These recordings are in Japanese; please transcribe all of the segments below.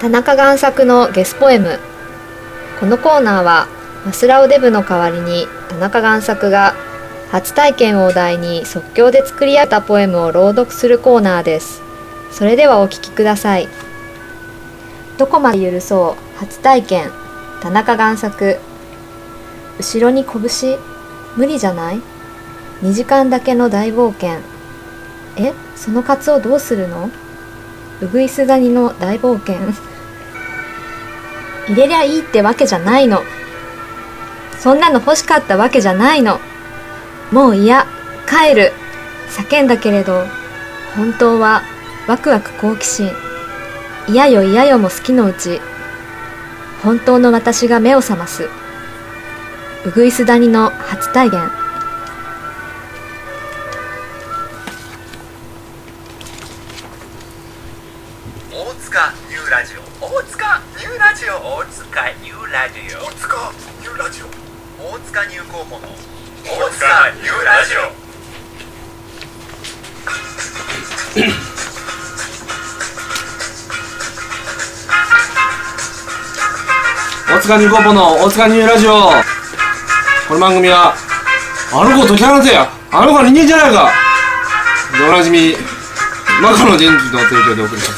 田中贋作のゲスポエム。このコーナーはマスラオデブの代わりに田中贋作が初体験をお題に即興で作り上げたポエムを朗読するコーナーです。それではお聞きください。どこまで許そう初体験、田中贋作。後ろに拳、無理じゃない？2時間だけの大冒険。そのカツオどうするの？ウグイスダニの大冒険。入れりゃいいってわけじゃないの。そんなの欲しかったわけじゃないの。もう嫌、帰る。叫んだけれど、本当はワクワク好奇心。嫌よ嫌よも好きのうち。本当の私が目を覚ます。ウグイスダニの初体現。 大塚ニューラジオ、大塚ニューラジオ、大塚ニューラジオ、大塚ニューラジオ、大塚ニュー候補の大塚ニューラジオ。 大塚ニュー候補の大塚ニューラジオ。この番組はあの子を解き放てや、あの子は人間じゃないかでおなじみマカの電気の提供でお送りします。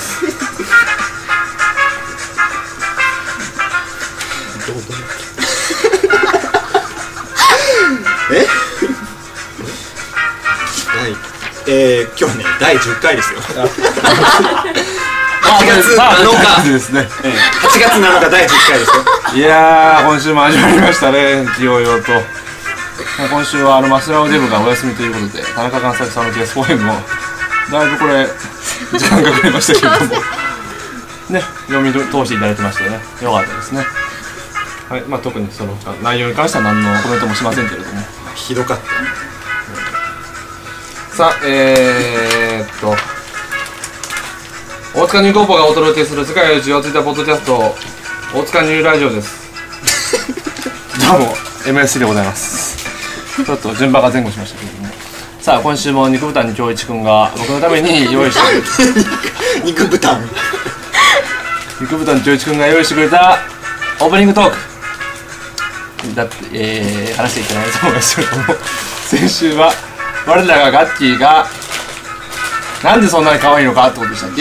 今日ね第10回ですよ。8 月7日ですね。 8月7日第10回ですよ。 いやー、今週も始まりましたね、勢いよと。今週はマスラオデブがお休みということで、田中贋作さんのゲストポエムをだいぶこれ時間かかりましたけれどもね、読み通していただいてましてね、よかったですね。はい、特にその内容に関しては何のコメントもしませんけれども、 ひどかった。 さあ、大塚ニューコーポがお届けする世界一をついたポッドキャスト、大塚ニューラジオです。どうも MSC でございます。ちょっと順番が前後しましたけれども、さあ今週も肉豚に京一くんが僕のために用意してくれた肉豚に京一くんが用意してくれたオープニングトークだって、話していけないと思いますけれども、先週は我らがガッキーがなんでそんなに可愛いのかってことでしたっけ？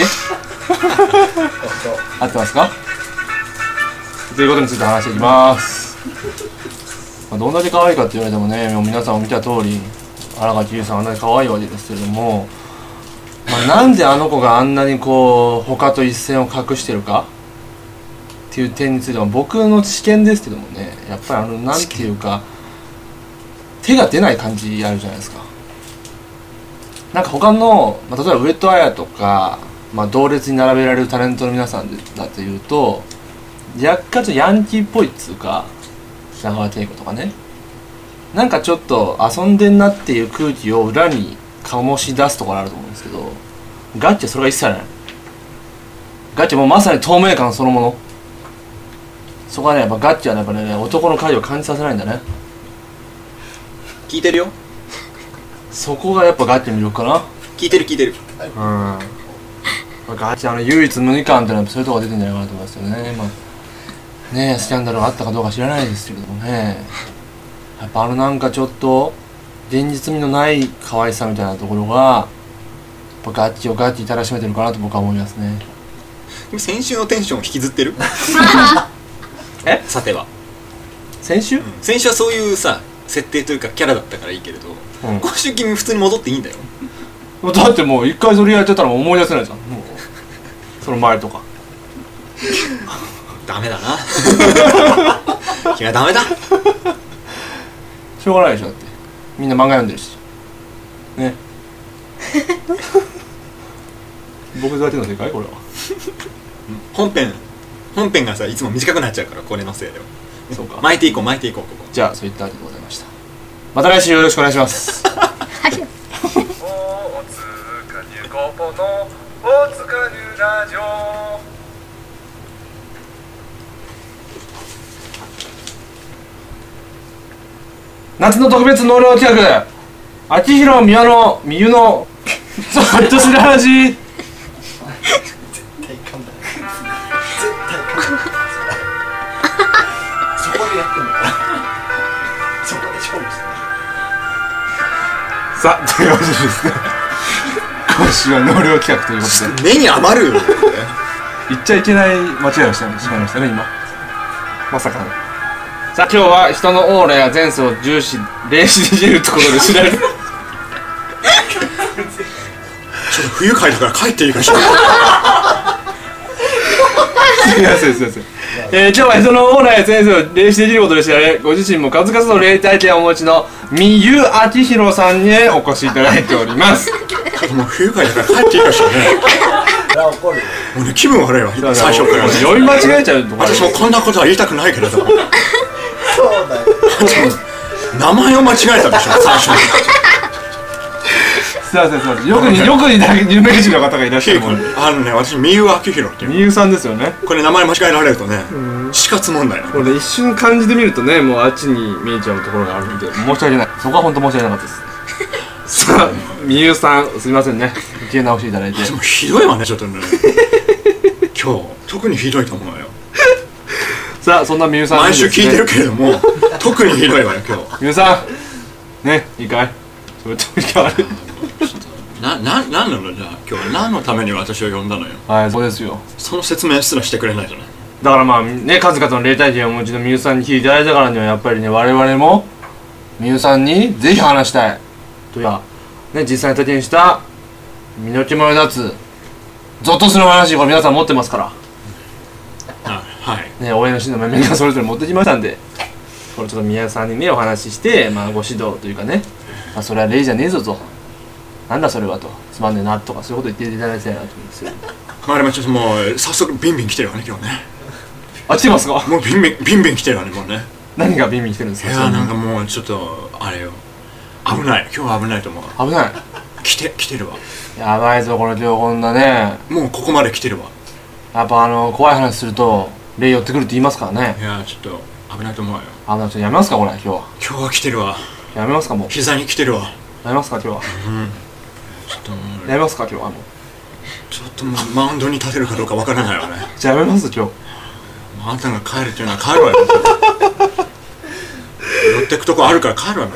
合ってますか？ということについて話していきます。どんだけ可愛いかって言われてもね、もう皆さんも見た通り新垣結衣さんはあんなに可愛いわけですけれども、なんであの子があんなにこう他と一線を画してるかっていう点については僕の知見ですけどもね、やっぱりなんていうか手が出ない感じあるじゃないですか。なんか他の、例えば上戸彩とか、同列に並べられるタレントの皆さんだというと、若干ちょっとヤンキーっぽいっつうか、北川景子とかね、なんかちょっと遊んでんなっていう空気を裏に醸し出すところあると思うんですけど、ガッチはそれが一切ない。ガッチはもうまさに透明感そのもの。そこはね、やっぱガッチはね、やっぱね、男の影を感じさせないんだね。 聞いてるよ。 そこがやっぱガッチの魅力かな。 聞いてるガッチ唯一無二感ってのはそういうとこが出てんじゃないかなと思いますよね。ねえ、スキャンダルがあったかどうか知らないですけれどもね、やっぱなんかちょっと現実味のない可愛さみたいなところがやっぱガッチをガッチにたらしめてるかなと僕は思いますね。 先週のテンションを引きずってるさては先週はそういうさ設定というかキャラだったからいいけれど、今週君普通に戻っていいんだよ。 だってもう一回それやっちゃったらもう思い出せないじゃん。もうその前とかダメだな君はダメだ。 しょうがないでしょ、だってみんな漫画読んでるしね僕だけの世界これは本編がさいつも短くなっちゃうから、これのせいでは。 そうか、 巻いていこうここ。 じゃあそういったわけでございました。また来週よろしくお願いしますはい。 大塚ニューコーポの大塚ニューラジオ。 夏の特別納涼企画、秋広美和のみゆのちょっとする話。 絶対噛んだ。絶さあというわけでですね今週は納涼企画ということで目に余るよ言っちゃいけない間違いをしてしまいましたね今まさかの。さあ今日は人のオーラや前世を重視霊視できるところで知られるちょっと不愉快だから帰っていいかしらすみませんすみません、今日は人のオーラや前世を霊視できることで知られご自身も数々の霊体験をお持ちの三湯明宏さんにお越しいただいておりますちょっともう不愉快だから帰っていいかしらねもうね気分悪いわ最初から読み間違えちゃうとこ私もこんなことは言いたくないけれどそうだよ名前を間違えたでしょ最初にすいませんすいませんよくに有名人の方がいらっしゃるもんで私三湯明宏っていう三湯さんですよね。これ名前間違えられるとね死活問題これ一瞬漢字で見るとねもうあっちに見えちゃうところがあるんで申し訳ないそこは本当申し訳なかったですさあ三湯さんすみませんね受け直していただいてでもひどいわねちょっとね今日特にひどいと思うよさあそんな三湯さん毎週聞いてるけれども特にひどいわよ今日三湯さんねいいかいそれといいか悪いなんなのじゃあ今日は何のために私を呼んだのよはいそうですよその説明すらしてくれないじゃないだからまあね数々の霊体験をお持ちの三湯さんに聞いていただいたからにはやっぱりね我々も三湯さんにぜひ話したいというかね実際に体験した身の毛もよだつゾッとする話これ皆さん持ってますからはいね応援のシーンの面々がそれぞれ持ってきましたんでこれちょっと宮さんにねお話ししてまあご指導というかねまあそれは霊じゃねえぞとなんだそれはとつまんねえなとかそういうこと言っていただきたいなと思うんですよまあでもちょっともう早速ビンビン来てるわね今日ねあ来てますかもうビンビン来てるわねもうね何がビンビン来てるんですかいやなんかもうちょっとあれよ危ない今日は危ないと思う危ない来てるわやばいぞこれ今日こんなねもうここまで来てるわやっぱ怖い話すると霊寄ってくるって言いますからねいやちょっと危ないと思うよちょっとやめますかこれ今日は今日は来てるわやめますかもう膝に来てるわやめますか今日はちょっともうやめますか今日はもうちょっともうマウンドに立てるかどうかわからないわねじゃあやめます今日あんたが帰るっていうのは帰るわよ寄ってくとこあるから帰るわよ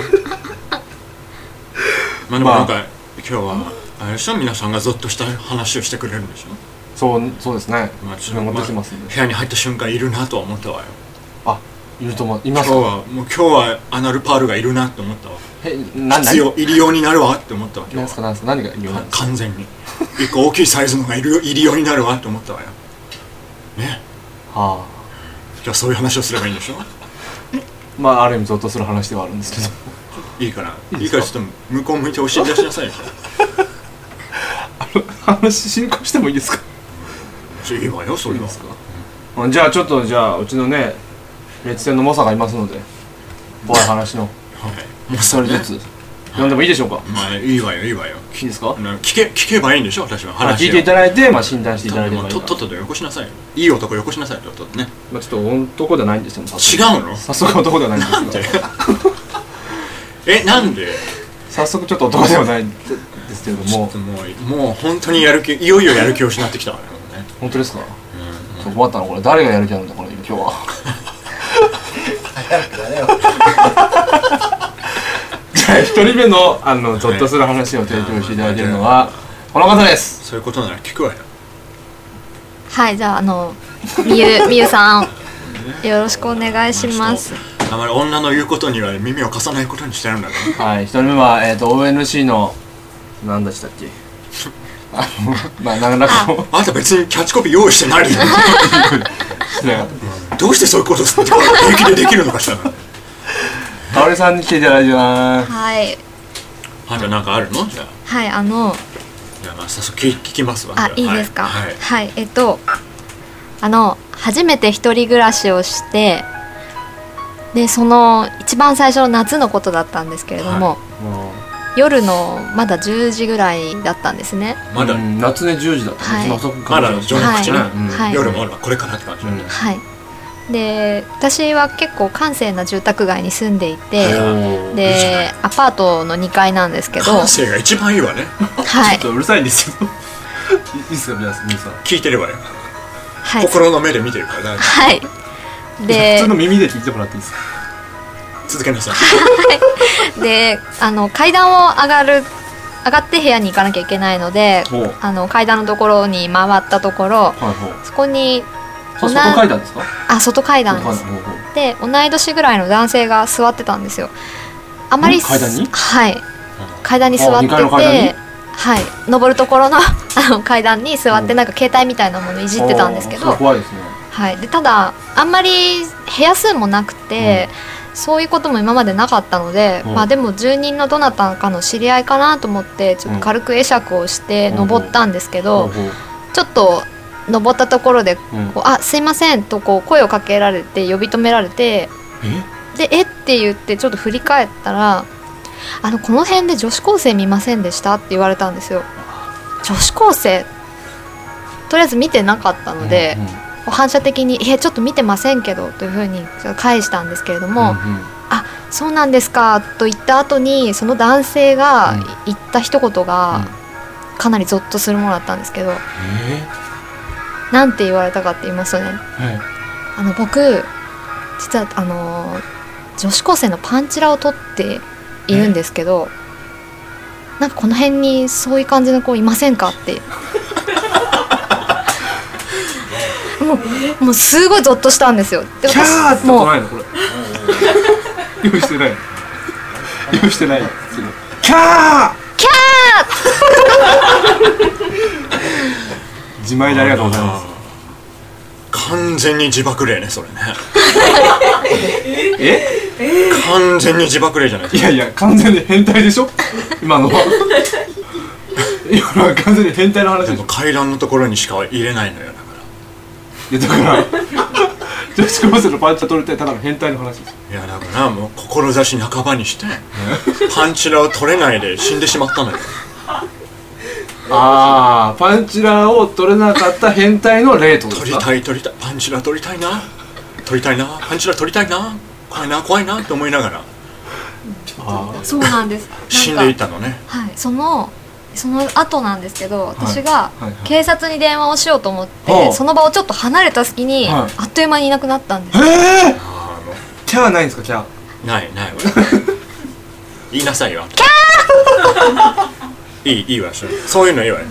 まあでもなんか、今日はあれでしょ皆さんがゾッとした話をしてくれるんでしょそうですねまあちょっと持ってきますんで部屋に入った瞬間いるなとは思ったわよいると思いますか今日はアナルパールがいるなって思ったわ必要入りようになるわって思ったわ何ですか何が入りようなんですか完全に一個大きいサイズのが入りようになるわって思ったわよねはじゃあそういう話をすればいいんでしょまあある意味ゾッとする話ではあるんですけどいいからちょっと向こう向いて教えて出しなさいよ話進行してもいいですかいいわよそれはじゃあちょっとうちのね別線の猛者がいますので怖い話の一人ずつ読んでもいいでしょうかまあいいわよいいですか聞けばいいんでしょ私は話聞いていただいて診断していただければいいとっととよこしなさいいい男よこしなさいとっととねちょっと男ではないんですよ違うの早速男ではないんですがなんで早速ちょっと男ではないんですけれどももう本当にいよいよやる気を失ってきたわよね本当ですか困ったのこれ誰がやる気あるんだこれ今日はじゃあ1人目のゾッとする話を提供していただけるのはこの方です。 そういうことなら聞くわよ。 はいじゃあみゆさんよろしくお願いします。 あまり女の言うことには耳を貸さないことにしてるんだね。 はい、1人目はONC の何でしたっけまあ何らかのあんた別にキャッチコピー用意してないでどうしてそういうこと平気でできるのかしら。 かおりさんに来ていただいてます。 はいあんたなんかあるのじゃあ。 はいじゃあまあ早速聞きますわ。 いいですか。 はい、 はい、初めて一人暮らしをしてでその一番最初の夏のことだったんですけれども、夜のまだ10時ぐらいだったんですね。 まだ夏ね10時だったね。 まだ序の口ね。夜もこれからって感じ。 はい。で私は結構閑静な住宅街に住んでいて、でアパートの2階なんですけど、 閑静が一番いいわね。 はい。 ちょっとうるさいんですよ。いいですか皆さん。 聞いてればよ。 はい。 心の目で見てるから。 はい。 で普通の耳で聞いてもらっていいですか。 続けなさい。 で階段を上がって部屋に行かなきゃいけないので、階段のところに回ったところ、そこに外階段ですか？ 外階段です。で同い年ぐらいの男性が座ってたんですよ。あまり階段に？ はい、階段に座ってて、はい、登るところの階段に座ってなんか携帯みたいなものいじってたんですけど、 怖いですね。 はい、でただあんまり部屋数もなくて、そういうことも今までなかったので、まあでも住人のどなたかの知り合いかなと思ってちょっと軽く会釈をして登ったんですけど、ちょっと登ったところであすいませんと声をかけられて呼び止められて、でって言ってちょっと振り返ったらこの辺で女子高生見ませんでしたって言われたんですよ。女子高生とりあえず見てなかったので、反射的にちょっと見てませんけどというふうに返したんですけれども、あそうなんですかと言った後にその男性が言った一言がかなりゾッとするものだったんですけど、なんて言われたかって言いますとね、僕実は女子高生のパンチラを取っているんですけど、なんかこの辺にそういう感じの子いませんかってもうすごいゾッとしたんですよ。でキャーって来ないのこれ用意してない用意してないキャー自前でありがとうございます。 完全に自爆霊ねそれね。完全に自爆霊じゃないですか。 いや完全に変態でしょ今のは。今のは完全に変態の話でしょ。 階段のところにしか入れないのよ。 だから女子高生のパンチラ取りたいただの変態の話です。 いやだからもう志半ばにしてパンチラを取れないで死んでしまったのよ。 パンチラを取れなかった変態の例とですか？ 取りたいパンチラ取りたいなパンチラ取りたいな怖いなって思いながらそうなんです。 死んでいったのね。 はい、その後なんですけど、私が警察に電話をしようと思って、その場をちょっと離れた隙に、あっという間にいなくなったんです。 キャーないんですか？キャーない言いなさいよ。キャーいいわそういうのいいわよ。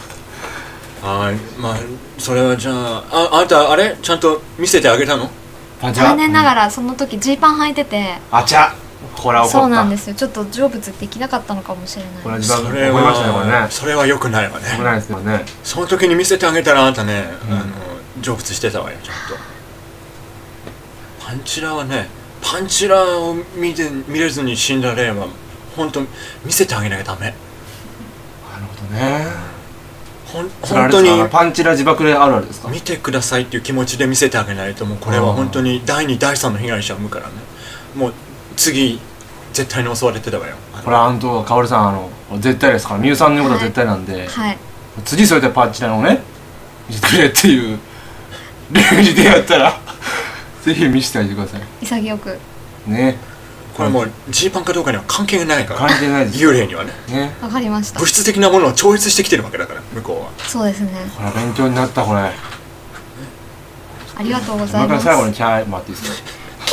まあそれはじゃああんたあれちゃんと見せてあげたの？ 残念ながらその時ジーパン履いてて、 これは怒った。 そうなんですよ。ちょっと成仏できなかったのかもしれない。 これは自分で思いましたね。これねそれは良くないわね。 良くないですよね。 その時に見せてあげたらあんたね、成仏してたわよちゃんと。パンチラはねパンチラを見れずに死んだ例は本当見せてあげなきゃダメ。 なるほどね。 本当にパンチラ自爆霊あるあるですか？ 見てくださいっていう気持ちで見せてあげないともうこれは本当に第2第3の被害者を生むからね。もう次絶対に襲われてたわよ。 これはかおりさん絶対ですから、みゆさんのことは絶対なんで、次そういったパンチラのね見せてくれっていう例に出会ったらぜひ見せてあげてください。 潔くね。 これもうジーパンかどうかには関係ないから。 関係ないです。 幽霊にはね。 わかりました。 物質的なものを超越してきてるわけだから向こうは。 そうですね。 これ勉強になったこれ。 ありがとうございます。 最後にキャーもらっていいですか？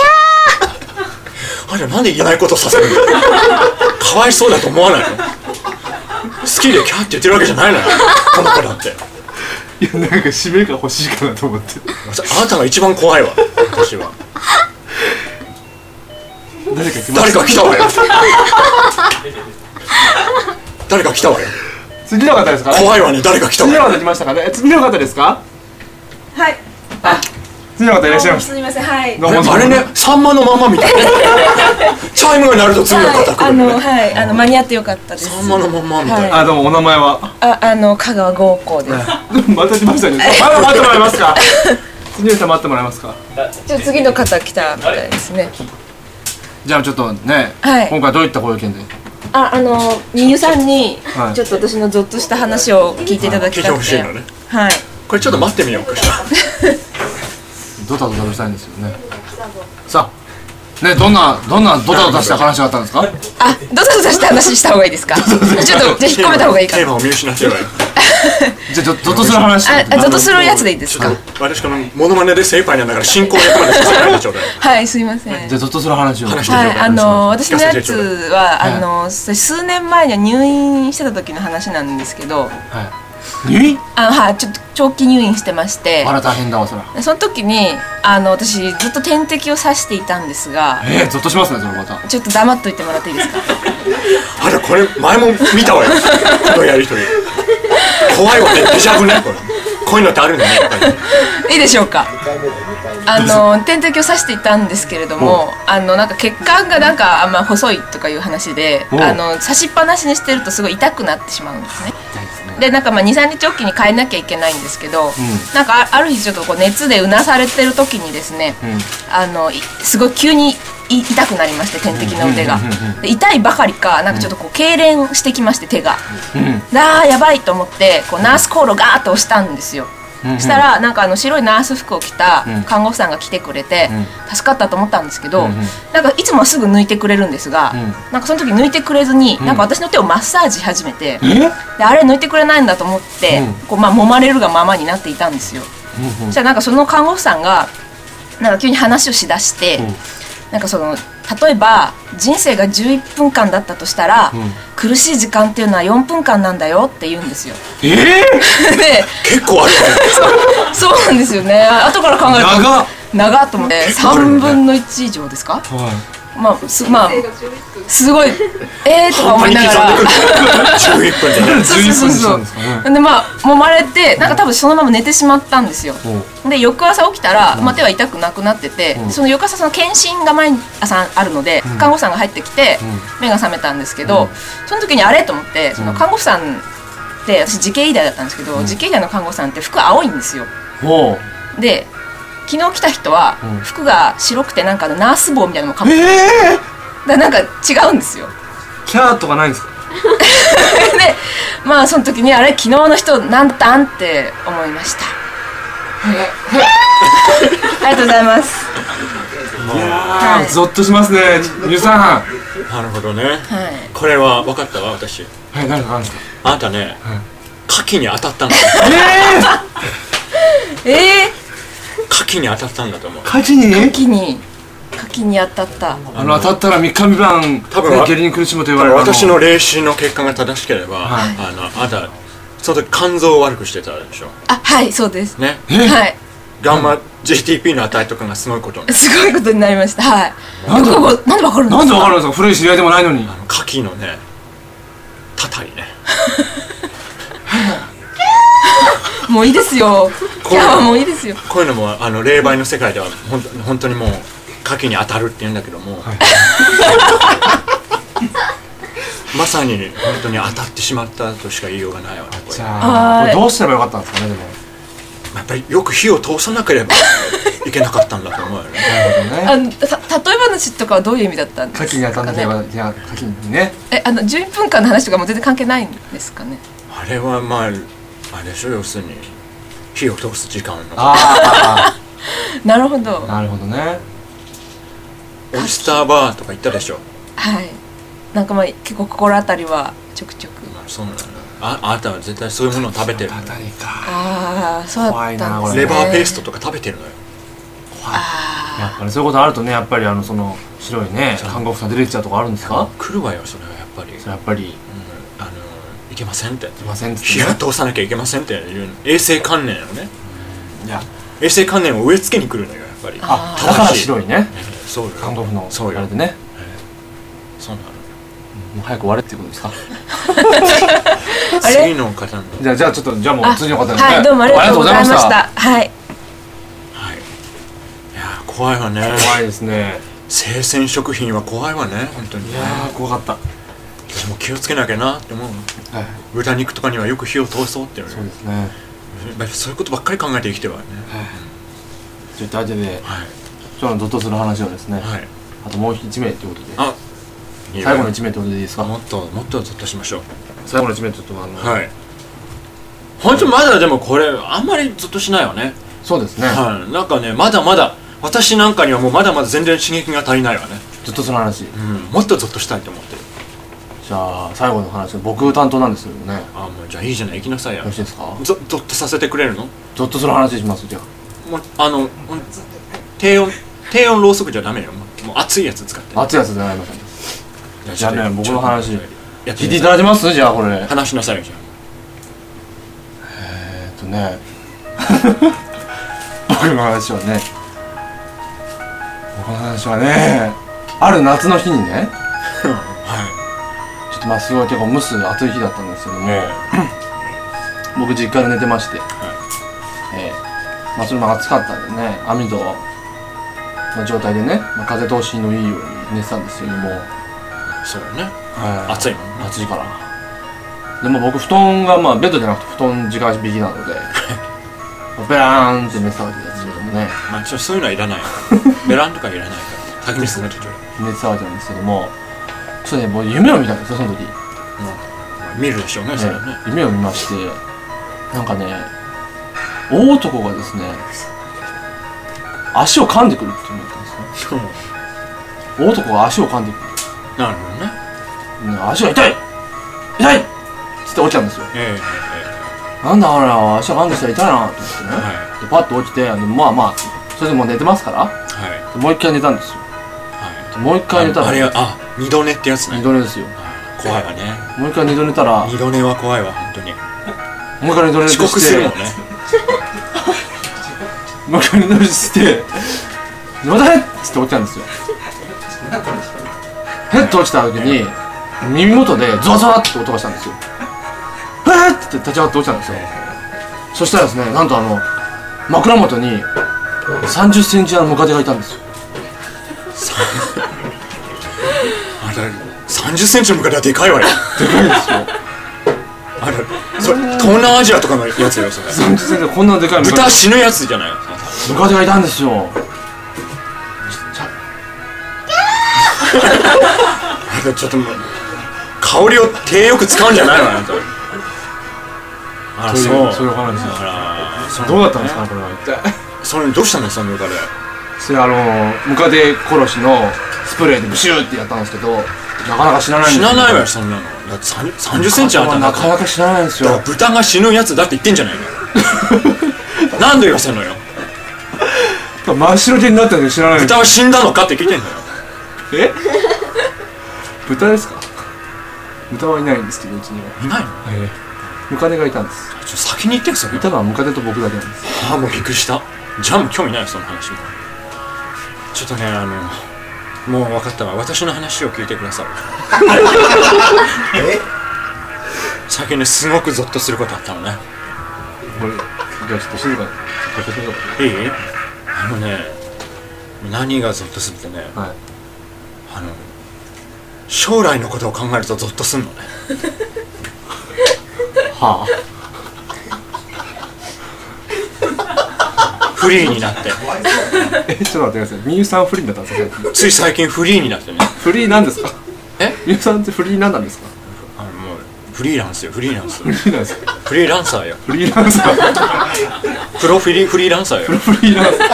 あれなんで言えないことさせるの？かわいそうだと思わないの？好きでキャーって言ってるわけじゃないのよこの子だって。 いやなんか使命感欲しいかなと思って。 あなたが一番怖いわ私は。 誰か来たわよ。誰か来たわよ。 次の方ですかね？ 怖いわね。誰か来たわよ。 次の方来ましたかね？次の方ですか？ はい。 次の方いらっしゃいます。 すみません。はい。 あれね、さんまのままみたいな。チャイムが鳴ると次の方来るね。 はい、間に合ってよかったです。 さんまのままみたいな。 どうもお名前は？ 香川豪光です。 また来ましたね。まだ待ってもらえますか？次の人待ってもらえますか？ 次の方来たみたいですね。 じゃあちょっとね、今回どういったご意見で？ みゆさんにちょっと私のゾッとした話を聞いていただきたくて。 聞いてほしいのね。 はい。 これちょっと待ってみようかしら。 ドタドタしたいんですよね。さあ、ね、どんなドタドタした話があったんですか？ ドタドタした話した方がいいですか？ちょっとじゃあ引っ込めた方がいいかな。 テーマを見失ってるわよ。 じゃあゾッとする話。 ゾッとするやつでいいですか？ 私このモノマネで精一杯なんだから進行役までさせないでちょうだい。 はい、すいません。 じゃあゾッとする話を。 はい、私のやつは数年前には入院してた時の話なんですけど、 入院？ はい、ちょっと長期入院してまして、 あら大変だわそれ。 その時に私ずっと点滴を刺していたんですが、 ゾッとしますねそれまた。 ちょっと黙っといてもらっていいですか？ あらこれ前も見たわよ。このやりとり。怖いわね、デジャブねこれ。こういうのってあるんだねやっぱり。 いいでしょうか？点滴を刺していたんですけれども、なんか血管がなんか細いとかいう話で、刺しっぱなしにしてるとすごい痛くなってしまうんですね。でなんか2、3日おきに変えなきゃいけないんですけど、なんかある日ちょっとこう熱でうなされてる時にですね、すごい急に痛くなりまして、点滴の腕が。で痛いばかりかなんかちょっとこう痙攣してきまして、手が。やばいと思ってこうナースコールをガーッと押したんですよ。したらなんか白いナース服を着た看護婦さんが来てくれて助かったと思ったんですけど、なんかいつもはすぐ抜いてくれるんですが、なんかその時抜いてくれずになんか私の手をマッサージ始めて、であれ抜いてくれないんだと思ってこう揉まれるがままになっていたんですよ。そしたらなんかその看護婦さんがなんか急に話をしだして、なんか例えば人生が11分間だったとしたら、苦しい時間っていうのは4分間なんだよって言うんですよ。で結構あるね。 そうなんですよね。後から考えると長っと思って3分の1以上ですか？すごいとか思いながら 11分でね。 そうで揉まれてなんか多分そのまま寝てしまったんですよ。で翌朝起きたら手は痛くなくなってて、その翌朝検診が毎朝あるので看護師さんが入ってきて目が覚めたんですけど、その時にあれと思って、その看護師さんって私慈恵医大だったんですけど、慈恵医大の看護師さんって服青いんですよ。で昨日来た人は服が白くてなんかナース帽みたいなのもかぶってだなんか違うんですよ。 キャーとかないんですか？ でその時にあれ昨日の人なんだったんって思いました。ありがとうございます。 いやゾッとしますね、ゆさん。 なるほどね。これは分かったわ私。 はい、何ですか？ あなたね、牡蠣に当たったんだ。牡蠣に当たったんだと思う。 牡蠣に当たった。 当たったら3日3晩多分下痢に苦しむと言われる。 私の霊視の結果が正しければ、あなたその時肝臓を悪くしてたでしょ。 はい、そうですね。 はい。 ガンマ GTP の値とかがすごいことになりました。はい。 なんでわかるんですか？ なんでわかるんですか？古い知り合いでもないのに。 牡蠣のね、たたりね。 もういいですよ。いやもういいですよ。 こういうのも霊媒の世界では本当にもう牡蠣に当たるって言うんだけども、まさに本当に当たってしまったとしか言いようがないわね。 じゃあどうすればよかったんですかね。でもやっぱりよく火を通さなければいけなかったんだと思うよね。 例え話とかはどういう意味だったんですかね。 牡蠣に当たんなければ、じゃあ牡蠣にね。 11分間の話とかも全然関係ないんですかね。 あれはあれでしょ、要するに火を通す時間の。 なるほど。 なるほどね。 オイスターバーとか行ったでしょ。 はい。なんか結構心当たりはちょくちょく。 そうなんだ。あなたは絶対そういうものを食べてる。 そうだったんですね。 レバーペーストとか食べてるのよ。 やっぱりそういうことあるとね、やっぱりその白いね看護婦さん出てきちゃうとこあるんですか？来るわよ、それはやっぱり。 やっぱりいけませんって。 火を通さなきゃいけませんっていう衛生観念をね。衛生観念を植え付けに来るのよ、やっぱり。 だから白いね。 そうよ。 看護婦のあれでね。 そうなの。 もう早く終われっていうことですか？ 次の方の。 じゃあちょっともう次の方ですね。 はい、どうもありがとうございました。はい。 いや怖いわね。 怖いですね。 生鮮食品は怖いわね、本当に。 いや怖かった。 私も気をつけなきゃなって思う。豚肉とかにはよく火を通そうっていう。 そうですね。 そういうことばっかり考えて生きてるわね。 といったわけで、今日のドッとする話はですね、あともう1名ということで、最後の1名ということでいいですか？ もっとゾッとしましょう。 最後の1名ちょっと本当まだでもこれあんまりゾッとしないよね。 そうですね。 なんかね、まだまだ私なんかにはもうまだまだ全然刺激が足りないわね。 ゾッとする話。 もっとゾッとしたいと思ってる。 じゃあ最後の話僕担当なんですけどね。 あ、もうじゃあいいじゃない、行きなさいよ。 よろしいですか。 ゾッとさせてくれるの？ ゾッとする話します。じゃあもう低温ろうそくじゃダメよ。もう熱いやつ使って、 熱いやつじゃないません。じゃあね、僕の話や聞いていただけます？じゃあこれ話しなさいよ。じゃね僕の話はねある夏の日にねちょっとまあすごい結構蒸す暑い日だったんですけども、僕実家で寝てまして、まあそれも暑かったんでね、網戸の状態でね、まあ、風通しのいいように寝てたんですけども、 そうだね、暑いもんね。 暑いからでも僕布団がまあベッドじゃなくて布団直足引きなのでベラーンって寝てたわけですけどもね、 まあそういうのはいらないベランとかいらないから先に進めてちょうだい。 寝てたわけなんですけども、それで僕夢を見たんですよ、その時。 見るでしょうね、それはね。 夢を見まして、なんかね、大男がですね、足を噛んでくるって思ったんですね。大男が足を噛んでくる。 なるほどね。 足が痛い痛いっつって落ちたんですよ。なんだあれ、足が噛んできたら痛いなと思ってね、でパッと起きて、まあまあそれでもう寝てますから、もう一回寝たんですよ。もう一回寝たら、 あれは二度寝ってやつね。 二度寝ですよ。 怖いわね。 もう一回二度寝たら、 二度寝は怖いわ、本当に。 もう一回二度寝して、 遅刻するもんね。 もう一回二度寝して「またへっ!」っつって起きたんですよ。へっと落ちた時に耳元でゾワゾワって音がしたんですよ。へっって立ち上がって落ちたんですよ。そしたらですね、なんと枕元に30センチのムカデがいたんですよ。 あれ30センチのムカデはでかいわよ。 でかいですよ。 あれそれ東南アジアとかのやつよ、それ。 30センチこんなでかいムカデ、 豚死ぬやつじゃない。 ムカデがいたんですよ。 ちょっともう香りを手よく使うんじゃないわよ。あら、そういう話です。どうだったんですか、これは一体。 それどうしたんですか、ムカデ。 それムカデ殺しのスプレーでブシューってやったんですけど、なかなか死なないんですよ。 死なないわよ、そんなの。だって30センチあったらなかなか死なないんですよ。 豚が死ぬやつだって言ってんじゃないの。なんで言わせんのよ。 真っ白けになったのに死なない。 豚は死んだのかって聞いてんのよ。 え豚ですか。豚はいないんですけど、うちには。 いないの。 ムカデがいたんです。 先に言ってんすよ。 いたのはムカデと僕だけなんです。 ああ、もうびっくりした。じゃあもう興味ないよ、その話も。ちょっとね、もう分かったわ。私の話を聞いてください。最近ね、すごくゾッとすることあったのね。 これ、じゃあちょっと静かにいい？何がゾッとするってね、将来のことを考えるとゾッとするのね。 はフリーになって。 ちょっと待ってください。みゆさんフリーだったんですか。 つい最近フリーになってね。 フリーなんですか。みゆさんってフリーなんなんですか。 もうフリーランスよ、フリーランス。 フリーなんですか。 フリーランサーよ。 フリーランサー。 フリーランサーよ。 フリーランサー。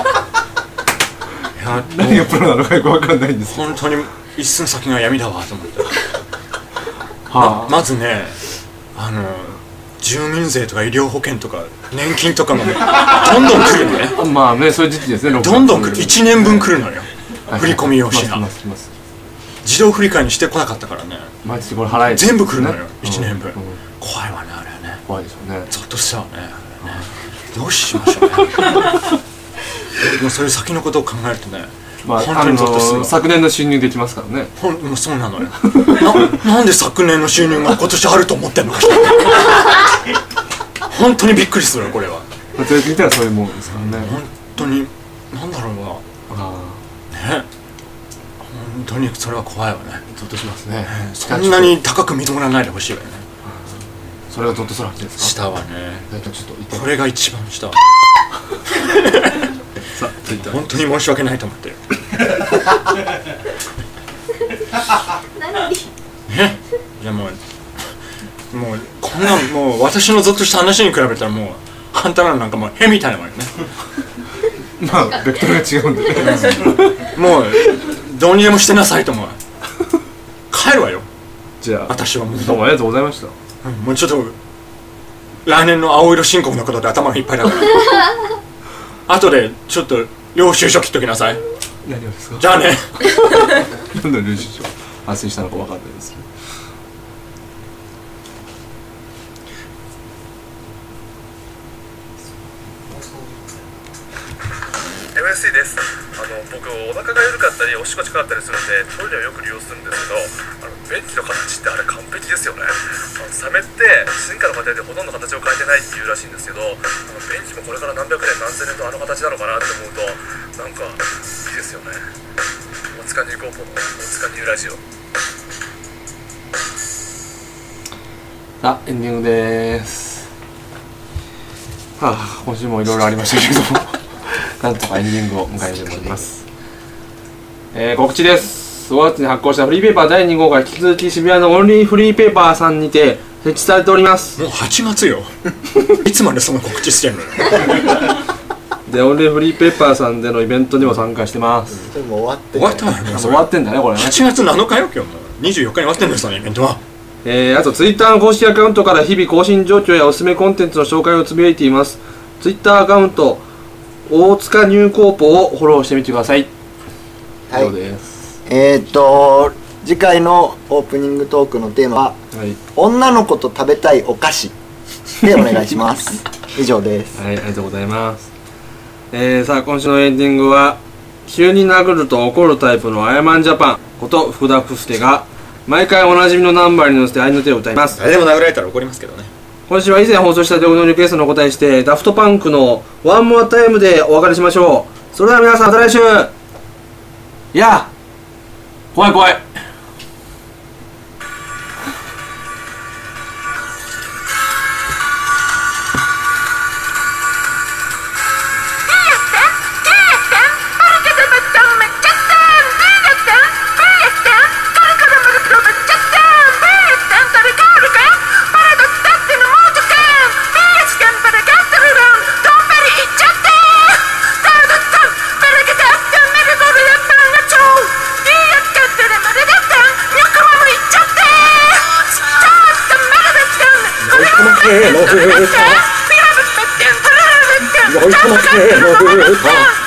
何がプロなのかよくわかんないんですけど。 本当に一寸先が闇だわと思って。まずね、住民税とか医療保険とか年金とかもね、どんどん来るのね。 まあね、そういう時期ですね。 どんどん来る。1年分来るのよ、振り込み用紙が。自動振り替えにしてこなかったからね、 毎月これ払え全部来るのよ、1年分。怖いわね、あれはね。 怖いでしょうね。 ゾッとしたわね、どうしましょうね。でもそういう先のことを考えるとね、 本当にゾッとする。昨年の収入できますからね。 そうなのよ。なんで昨年の収入が今年あると思ってんのか。本当にびっくりするよ、これは。 見たらそういうもんですからね。 本当に、なんだろうな。ね、本当にそれは怖いわね。 ゾッとしますね。 そんなに高く見積もらないでほしいわよね。 それがゾッとする話ですか。 したわね。これが一番した。本当に申し訳ないと思ってる。ね、じゃあもうこんなもう私のゾッとした話に比べたらもうあんたらなんかもうへみたいなもんよね。 まあベクトルが違うんでもうどうにでもしてなさいと思う。帰るわよ。 じゃあ私はもうどうもありがとうございました。 もうちょっと来年の青色申告のことで頭がいっぱいだから後でちょっと領収書切っときなさい。 何をですか。 じゃあね何の領収書発生したのか分かんないですけど。 MSC です。僕お腹が緩かったりおしっこ近かったりするんでトイレをよく利用するんですけど、便器の形ってあれ完璧ですよね。サメって進化の過程でほとんど形を変えてないっていうらしいんですけど、便器もこれから何百年何千年とあの形なのかなって思うとなんかいいですよね。大塚ニューコーポの大塚ニューラジオ。 あ、エンディングです。はあ、今週もいろいろありましたけどなんとかエンディングを迎えております。告知です。5月に発行したフリーペーパー第2号が引き続き渋谷のオンリーフリーペーパーさんにて設置されております。 もう8月よいつまでその告知してんのよで、オンリーフリーペーパーさんでのイベントにも参加してます。 でも終わって終わったのよ。 終わってんだね、これね。 8月7日よ、今日も24日に終わってんのよ、そのイベントは。 あとツイッターの公式アカウントから日々更新状況やおすすめコンテンツの紹介をつぶやいています。ツイッターアカウント大塚ニューコーポをフォローしてみてください。 はい、 以上です。 次回のオープニングトークのテーマは、はい、女の子と食べたいお菓子でお願いします以上です。 はい、ありがとうございます。さあ今週のエンディングは急に殴ると怒るタイプのアヤマンジャパンこと福田福助が毎回おなじみのナンバーに乗せて愛の手を歌います。 誰でも殴られたら怒りますけどね。 今週は以前放送した曲のリクエストのお答えしてダフトパンクのワンモアタイムでお別れしましょう。それでは皆さんまた来週。いや怖い怖い。 のふた